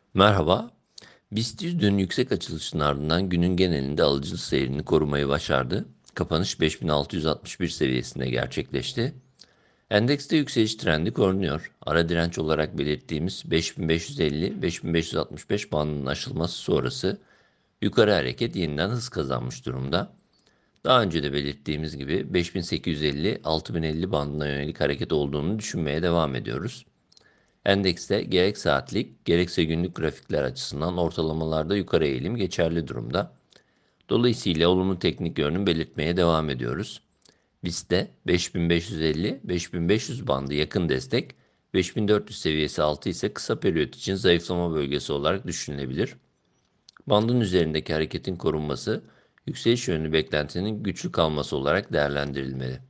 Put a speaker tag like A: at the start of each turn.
A: Merhaba. BIST 100 dün yüksek açılışın ardından günün genelinde alıcı seyrini korumayı başardı. Kapanış 5661 seviyesinde gerçekleşti. Endekste yükseliş trendi korunuyor. Ara direnç olarak belirttiğimiz 5550-5565 bandının aşılması sonrası yukarı hareket yeniden hız kazanmış durumda. Daha önce de belirttiğimiz gibi 5850-6050 bandına yönelik hareket olduğunu düşünmeye devam ediyoruz. Endekste gerek saatlik gerekse günlük grafikler açısından ortalamalarda yukarı eğilim geçerli durumda. Dolayısıyla olumlu teknik görünüm belirtmeye devam ediyoruz. BIST'te 5550-5500 bandı yakın destek, 5400 seviyesi altı ise kısa periyot için zayıflama bölgesi olarak düşünülebilir. Bandın üzerindeki hareketin korunması, yükseliş yönlü beklentinin güçlü kalması olarak değerlendirilmeli.